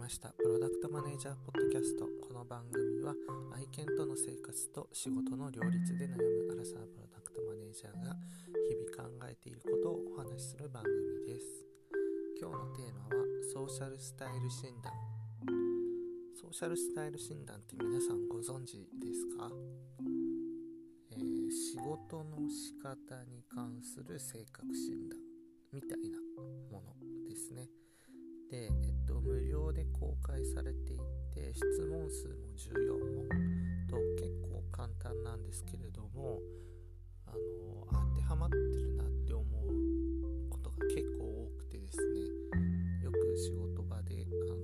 ました。プロダクトマネージャーポッドキャスト。この番組は愛犬との生活と仕事の両立で悩むアラサープロダクトマネージャーが日々考えていることをお話しする番組です。今日のテーマはソーシャルスタイル診断。ソーシャルスタイル診断って皆さんご存知ですか？仕事の仕方に関する性格診断みたいなものですね。で、無料で公開されていて、質問数も14問と結構簡単なんですけれども、当てはまってるなって思うことが結構多くてですね、よく仕事場で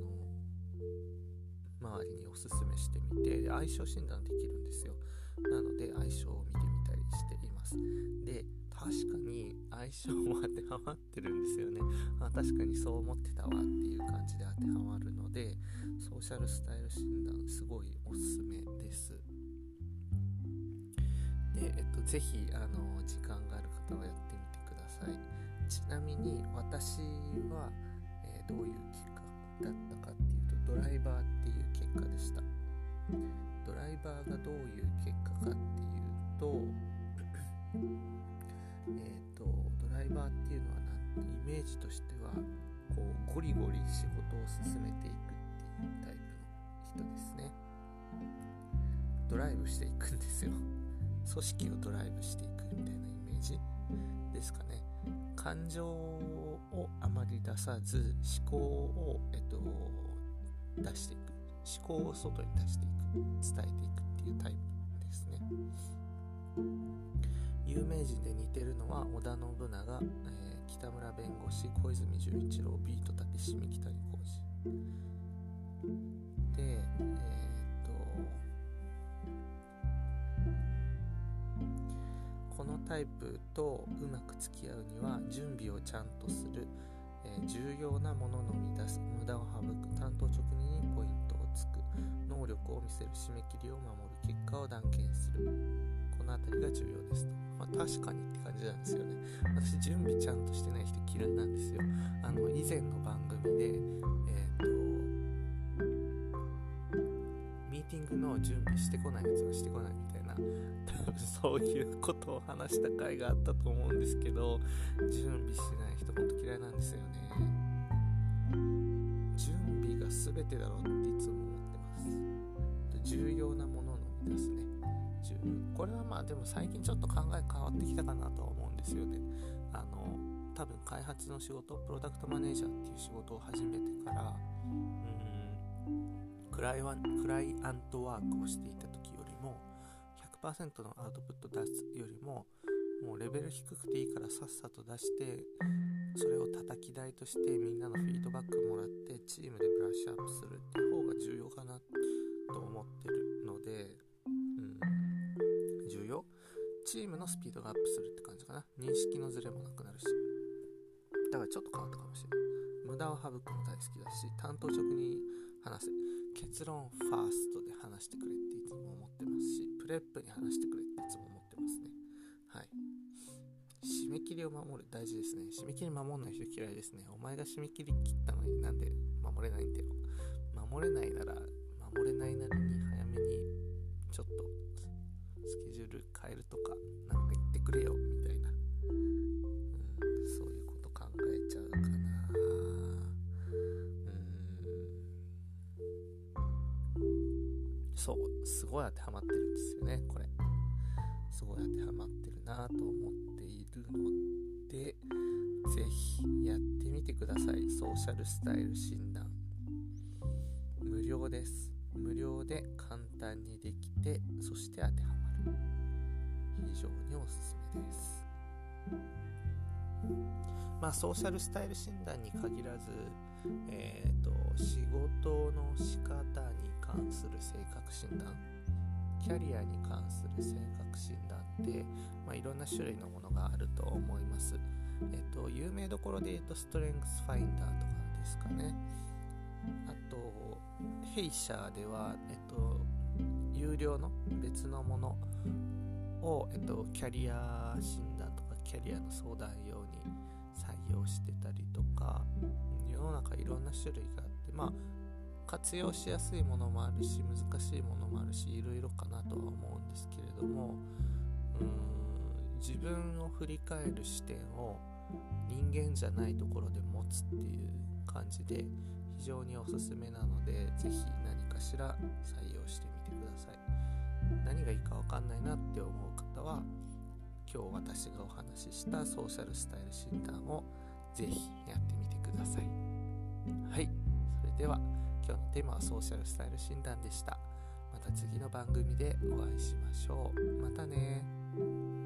周りにおすすめしてみて、相性診断できるんですよ。なので相性を見てみたりしています。で、確かに相性も当てはまってるんですよね。確かにそう思ってたわっていう感じで当てはまるので、ソーシャルスタイル診断すごいおすすめです。で、ぜひ時間がある方はやってみてください。ちなみに私は、どういう結果だったかっていうと、ドライバーっていう結果でした。ドライバーがどういう結果かっていうと、ドライバーっていうのはイメージとしてはこうゴリゴリ仕事を進めていくっていうタイプの人ですね。ドライブしていくんですよ。組織をドライブしていくみたいなイメージですかね。感情をあまり出さず思考を、出していく、思考を外に出していく、伝えていくっていうタイプですね。有名人で似てるのは織田信長、北村弁護士、小泉純一郎、ビートたけし、三木谷浩二で、このタイプとうまく付き合うには準備をちゃんとする、重要なものの見出す、無駄を省く、担当直入にポイントをつく、能力を見せる、締め切りを守る、結果を断言する、このあたりが重要ですと。確かにって感じなんですよね。私準備ちゃんとしてない人嫌いなんですよ。以前の番組でミーティングの準備してこないやつはしてこないみたいな、多分そういうことを話した回があったと思うんですけど、準備してない人本当嫌いなんですよね。準備が全てだろうっていつも思ってます。重要なものの見出すね。これはまあでも最近ちょっと考え変わってきたかなとは思うんですよね。多分開発の仕事、プロダクトマネージャーっていう仕事を始めてからクライアントワークをしていた時よりも 100% のアウトプット出すよりも、もうレベル低くていいからさっさと出して、それを叩き台としてみんなのフィードバックもらってチームでブラッシュアップするっていう方が重要かなと思ってるので、重要？チームのスピードがアップするって感じかな。認識のズレもなくなるし、だからちょっと変わったかもしれない。無駄を省くの大好きだし、担当直に話せ、結論ファーストで話してくれっていつも思ってますし、プレップに話してくれっていつも思ってますね。はい。締め切りを守る、大事ですね。締め切り守んない人嫌いですね。お前が締め切り切ったのになんで守れないんだよ。守れないなら守れないなりに早めにちょっとスケジュール変えるとかなんか言ってくれよみたいな、そういうこと考えちゃうかな。そう、すごい当てはまってるんですよね。これすごい当てはまってるなと思っているので、ぜひやってみてください。ソーシャルスタイル診断、無料です。無料で簡単にできて、そして当てはまる。非常におすすめです。ソーシャルスタイル診断に限らず、仕事の仕方に関する性格診断、キャリアに関する性格診断って、いろんな種類のものがあると思います。有名どころで言うとストレングスファインダーとかですかね。あと弊社では、有料の別のものを、キャリア診断とかキャリアの相談用に採用してたりとか、世の中いろんな種類があって、 活用しやすいものもあるし難しいものもあるしいろいろかなとは思うんですけれども、自分を振り返る視点を人間じゃないところで持つっていう感じで非常におすすめなので、ぜひ何かしら採用してみてください。何がいいか分かんないなって思う方は、今日私がお話ししたソーシャルスタイル診断をぜひやってみてください。はい、それでは今日のテーマはソーシャルスタイル診断でした。また次の番組でお会いしましょう。またね。